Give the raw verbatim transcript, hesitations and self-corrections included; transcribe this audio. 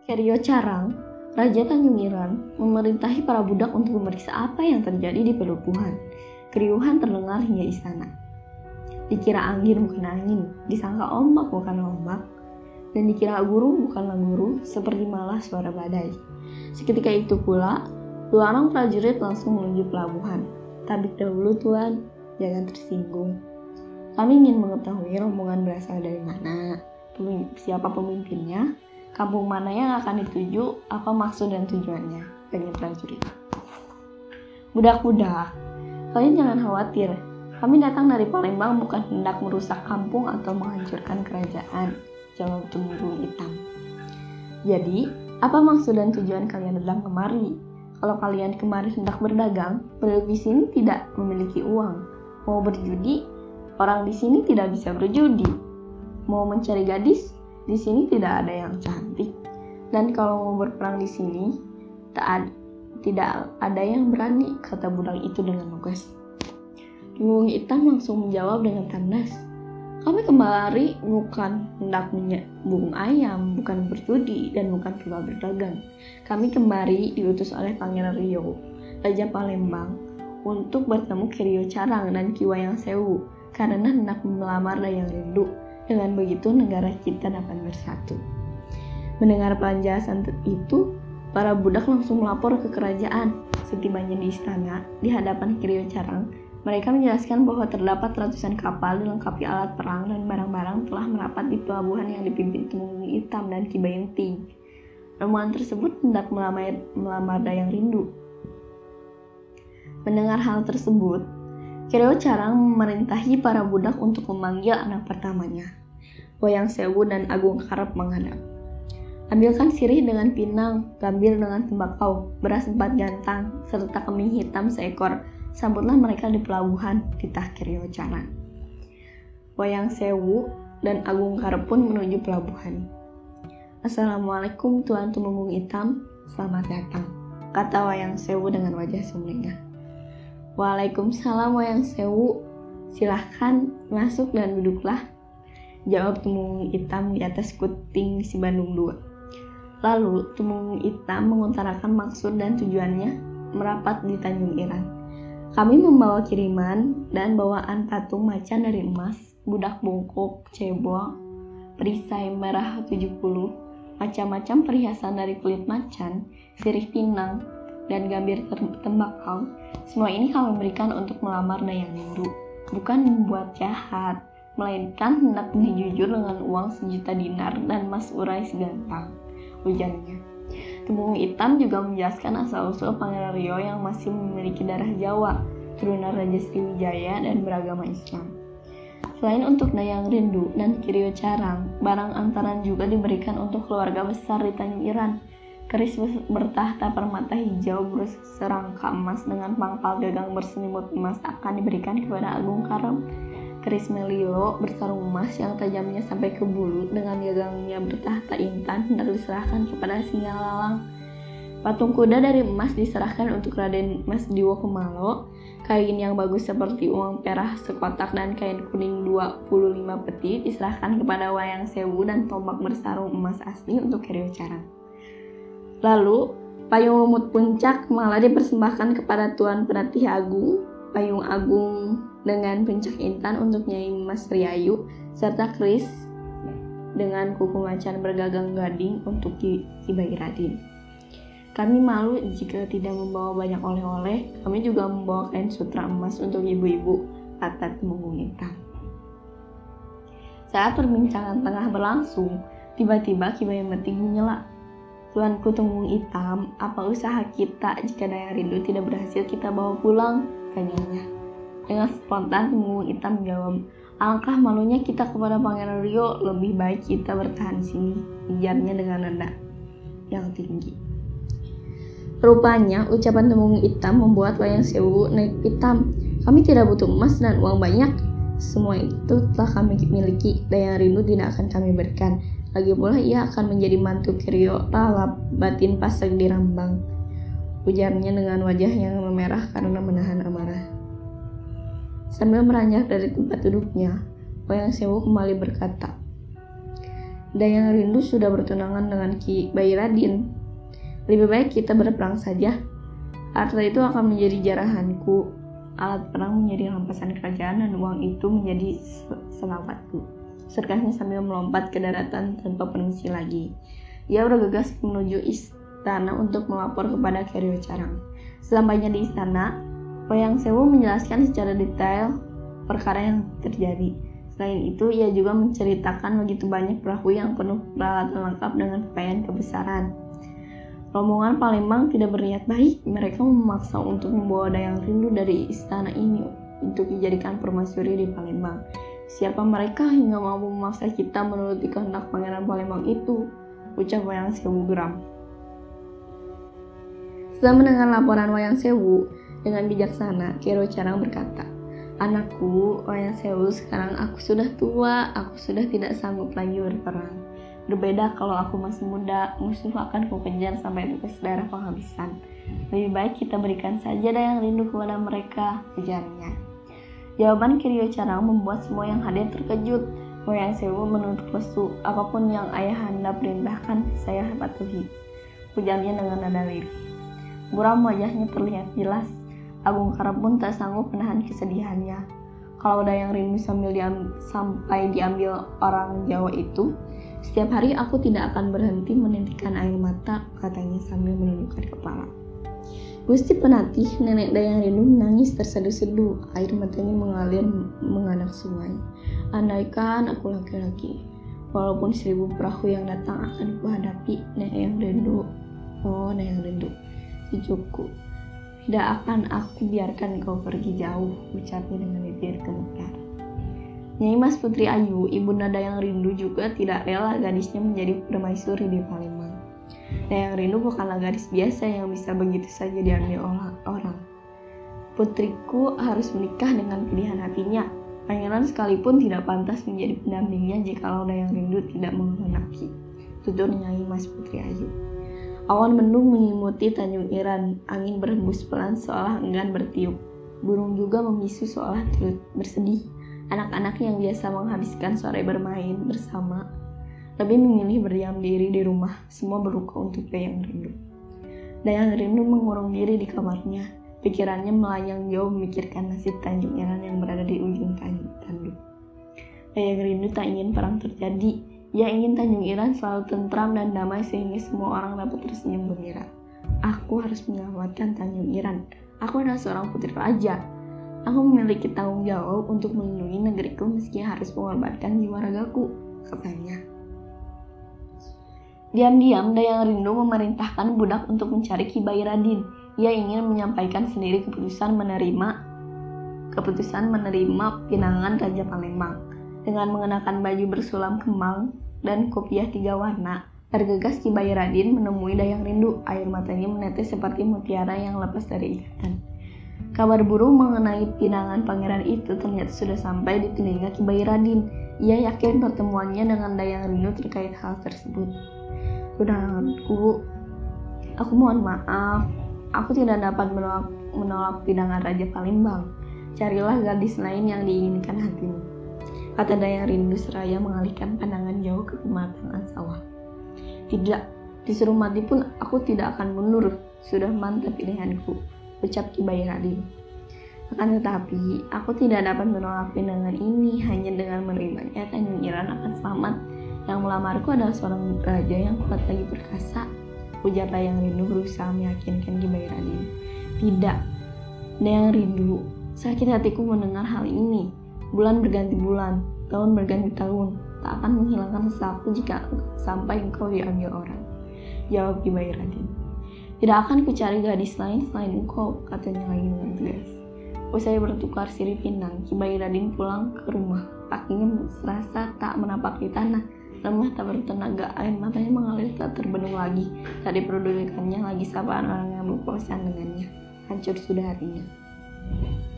Kerio Carang, Raja Tanjung Iran, memerintahi para budak untuk memeriksa apa yang terjadi di pelupuhan. Keriuhan terdengar hingga istana. Dikira angin bukan angin, disangka ombak bukan ombak, dan dikira guru bukanlah guru, seperti malah suara badai. Seketika itu pula, dua orang prajurit langsung menuju pelabuhan. Tabik dahulu tuan, jangan tersinggung. Kami ingin mengetahui rombongan berasal dari mana, siapa pemimpinnya, kampung mana yang akan dituju, apa maksud dan tujuannya, tanya prajurit. Budak-budak, kalian jangan khawatir. Kami datang dari Palembang bukan hendak merusak kampung atau menghancurkan kerajaan, jawab Tumenggung Hitam. Jadi, apa maksud dan tujuan kalian datang kemari? Kalau kalian kemari hendak berdagang, penduduk di sini tidak memiliki uang. Mau berjudi, orang di sini tidak bisa berjudi. Mau mencari gadis, di sini tidak ada yang cantik. Dan kalau mau berperang di sini, tak ada, tidak ada yang berani, kata budak itu dengan lugas. Tumenggung Hitam langsung menjawab dengan tandas. Kami kemari bukan hendak menyembung ayam, bukan berjudi, dan bukan pula berdagang. Kami kemari diutus oleh Pangeran Rio, Raja Palembang, untuk bertemu Kerio Carang dan Ki Wayang Sewu, karena hendak melamar Dayang Rindu. Dengan begitu negara kita dapat bersatu. Mendengar penjelasan itu, para budak langsung melapor ke kerajaan. Setibanya di istana, di hadapan Kerio Carang, mereka menjelaskan bahwa terdapat ratusan kapal dilengkapi alat perang dan barang-barang telah merapat di pelabuhan yang dipimpin Tumenggung Hitam dan Ki Bayengting. Rombongan tersebut hendak melamar, melamar Dayang Rindu. Mendengar hal tersebut, Kerio Carang memerintahi para budak untuk memanggil anak pertamanya. Wayang Sewu dan Agung Karep menghadap. Ambilkan sirih dengan pinang, gambir dengan tembakau, beras empat gantang, serta kemih hitam seekor. Sambutlah mereka di pelabuhan, titah Kerio Carang. Wayang Sewu dan Agung Karep pun menuju pelabuhan. Assalamualaikum Tuan Tumenggung Hitam, selamat datang, kata Wayang Sewu dengan wajah sumringah. Waalaikumsalam Wayang Sewu, silahkan masuk dan duduklah, jawab Tumenggung Hitam di atas kuting si Bandung dua. Lalu Tumenggung Hitam mengutarakan maksud dan tujuannya merapat di Tanjung Iran. Kami membawa kiriman dan bawaan patung macan dari emas, budak bungkuk, cebol, perisai merah tujuh puluh, macam-macam perhiasan dari kulit macan, sirih pinang, dan gambir tembakau. Semua ini kami berikan untuk melamar Dayang Rindu, bukan membuat jahat, melainkan hendak dijujur dengan uang sejuta dinar dan emas urai segantang, ujarnya. Tumenggung Hitam juga menjelaskan asal-usul Pangeran Rio yang masih memiliki darah Jawa, turunan Raja Sriwijaya dan beragama Islam. Selain untuk Dayang Rindu dan Kerio Carang, barang antaran juga diberikan untuk keluarga besar di Tanjung Iran. Keris bertahta permata hijau berserangka emas dengan pangkal gagang berselimut emas akan diberikan kepada Agung Karep. Keris melilo bersarung emas yang tajamnya sampai ke bulu dengan gagangnya bertahta intan hendak diserahkan kepada Singa Lalang. Patung kuda dari emas diserahkan untuk Raden Mas Diwo Kemalo. Kain yang bagus seperti uang perak sekotak dan kain kuning dua puluh lima peti diserahkan kepada Wayang Sewu dan tombak bersarung emas asli untuk Kerio Carang. Lalu, payung lumut puncak malah dipersembahkan kepada Tuan Penatih Agung, payung agung dengan pencak intan untuk Nyai Mas Riayu, serta keris dengan kuku macan bergagang gading untuk Ki Bayi Radin. Kami malu jika tidak membawa banyak oleh-oleh, kami juga membawa kain sutra emas untuk ibu-ibu, kata Tumenggung Hitam. Saat perbincangan tengah berlangsung, tiba-tiba Ki Bayengting menyela. Tuanku Tumenggung Hitam, apa usaha kita jika Dayang Rindu tidak berhasil kita bawa pulang? Tanyanya. Dengan spontan Tumenggung Hitam menjawab, alangkah malunya kita kepada Pangeran Rio, lebih baik kita bertahan di sini, ujarnya dengan nada yang tinggi. Rupanya ucapan Tumenggung Hitam membuat Wayang Sewu naik pitam. Kami tidak butuh emas dan uang banyak. Semua itu telah kami miliki. Dayang Rindu tidak akan kami berikan. Lagi pula ia akan menjadi mantu Kerio lalap batin pasang di Rambang, ujarnya dengan wajah yang memerah karena menahan amarah. Sambil meranjak dari tempat duduknya, Wayang Sewu kembali berkata, Dayang Rindu sudah bertunangan dengan Ki Bairadin. Lebih baik kita berperang saja. Harta itu akan menjadi jarahanku, alat perang menjadi rampasan kerajaan, dan uang itu menjadi selawatku. Serkasnya sambil melompat ke daratan tanpa permisi lagi. Ia bergegas menuju istana untuk melapor kepada Keryo Carang. Sesampainya di istana, Wayang Sewu menjelaskan secara detail perkara yang terjadi. Selain itu, ia juga menceritakan begitu banyak perahu yang penuh peralatan lengkap dengan pakaian kebesaran. Rombongan Palembang tidak berniat baik. Mereka memaksa untuk membawa Dayang Rindu dari istana ini untuk dijadikan permaisuri di Palembang. Siapa mereka hingga mampu memaksa kita menuruti kehendak pangeran Palembang itu? Ucap Wayang Sewu geram. Setelah mendengar laporan Wayang Sewu, dengan bijaksana, Keryo Carang berkata, "Anakku, Wayang Sewu, sekarang aku sudah tua, aku sudah tidak sanggup lagi berperang. Berbeda kalau aku masih muda, musuh akan kukejar sampai tetes darah penghabisan. Lebih baik kita berikan saja Dayang Rindu kepada mereka," ujarnya. Jawaban Keryo Carang membuat semua yang hadir terkejut. Wayang Sewu menuntut lesu, "Apapun yang ayahanda perintahkan, saya patuhi," ujarnya dengan nada lirih. Buram wajahnya terlihat jelas. Agung Karep pun tak sanggup menahan kesedihannya. Kalau Dayang Rindu sambil diam, sampai diambil orang Jawa itu, setiap hari aku tidak akan berhenti menitikkan air mata, katanya sambil menundukkan kepala. Gusti Penatih, nenek Dayang Rindu menangis terseduh-seduh, air matanya mengalir menganak sungai. Andaikan aku laki-laki, walaupun seribu perahu yang datang akan kuhadapi, Dayang Rindu, oh Dayang Rindu, cucuku, tidak akan aku biarkan kau pergi jauh, ucapnya dengan bibir gemetar. Nyai Mas Putri Ayu, ibunda Dayang Rindu, juga tidak rela gadisnya menjadi permaisuri di Palembang. Dayang Rindu bukanlah gadis biasa yang bisa begitu saja diambil orang. Putriku harus menikah dengan pilihan hatinya. Pangeran sekalipun tidak pantas menjadi pendampingnya jikalau Dayang Rindu tidak menghendaki, tutur Nyai Mas Putri Ayu. Awan mendung menyelimuti Tanjung Iran, angin berhembus pelan seolah enggan bertiup. Burung juga membisu seolah turut bersedih. Anak-anak yang biasa menghabiskan sore bermain bersama lebih memilih berdiam diri di rumah. Semua berduka untuk Dayang Rindu. Dayang Rindu mengurung diri di kamarnya. Pikirannya melayang jauh memikirkan nasib Tanjung Iran yang berada di ujung tanduk. Dayang Rindu tak ingin perang terjadi. Ia ingin Tanjung Iran selalu tentram dan damai sehingga semua orang dapat tersenyum gembira. Aku harus menyelamatkan Tanjung Iran. Aku adalah seorang putri raja. Aku memiliki tanggung jawab untuk melindungi negeriku meski harus mengorbankan jiwa ragaku, katanya. Diam-diam Dayang Rindu memerintahkan budak untuk mencari Ki Bairadin. Ia ingin menyampaikan sendiri keputusan menerima keputusan menerima pinangan Raja Palembang. Dengan mengenakan baju bersulam kemang dan kopiah tiga warna, bergegas Ki Bairadin menemui Dayang Rindu. Air matanya menetes seperti mutiara yang lepas dari ikatan. Kabar burung mengenai pinangan pangeran itu ternyata sudah sampai di telinga Ki Bairadin. Ia yakin pertemuannya dengan Dayang Rindu terkait hal tersebut. "Tunanganku, aku mohon maaf, aku tidak dapat menolak, menolak pinangan Raja Palembang. Carilah gadis lain yang diinginkan hatimu," kata Dayang Rindu seraya mengalihkan pandangan jauh ke pematangan sawah. "Tidak, disuruh mati pun aku tidak akan mundur. Sudah mantap pilihanku," ucap Ki Bairadin. "Akan tetapi, aku tidak dapat menolak pinangan ini. Hanya dengan menerimanya, Tanjung Iran akan selamat. Yang melamarku adalah seorang raja yang kuat lagi perkasa," ujar Dayang Rindu berusaha meyakinkan Ki Bairadin. "Tidak, Dayang Rindu, sakit hatiku mendengar hal ini. Bulan berganti bulan, tahun berganti tahun, tak akan menghilangkan sesapu jika sampai engkau diambil orang," jawab Ki Bairadin. "Tidak akan kucari gadis lain selain engkau," katanya lagi dengan tegas. Usai bertukar sirih pinang, Ki Bairadin pulang ke rumah. Kakinya serasa tak menapaki tanah, lemah tak bertenaga, air matanya mengalir tak terbendung lagi. Tak diperdulikannya lagi sapaan orang yang berpapasan dengannya. Hancur sudah hatinya.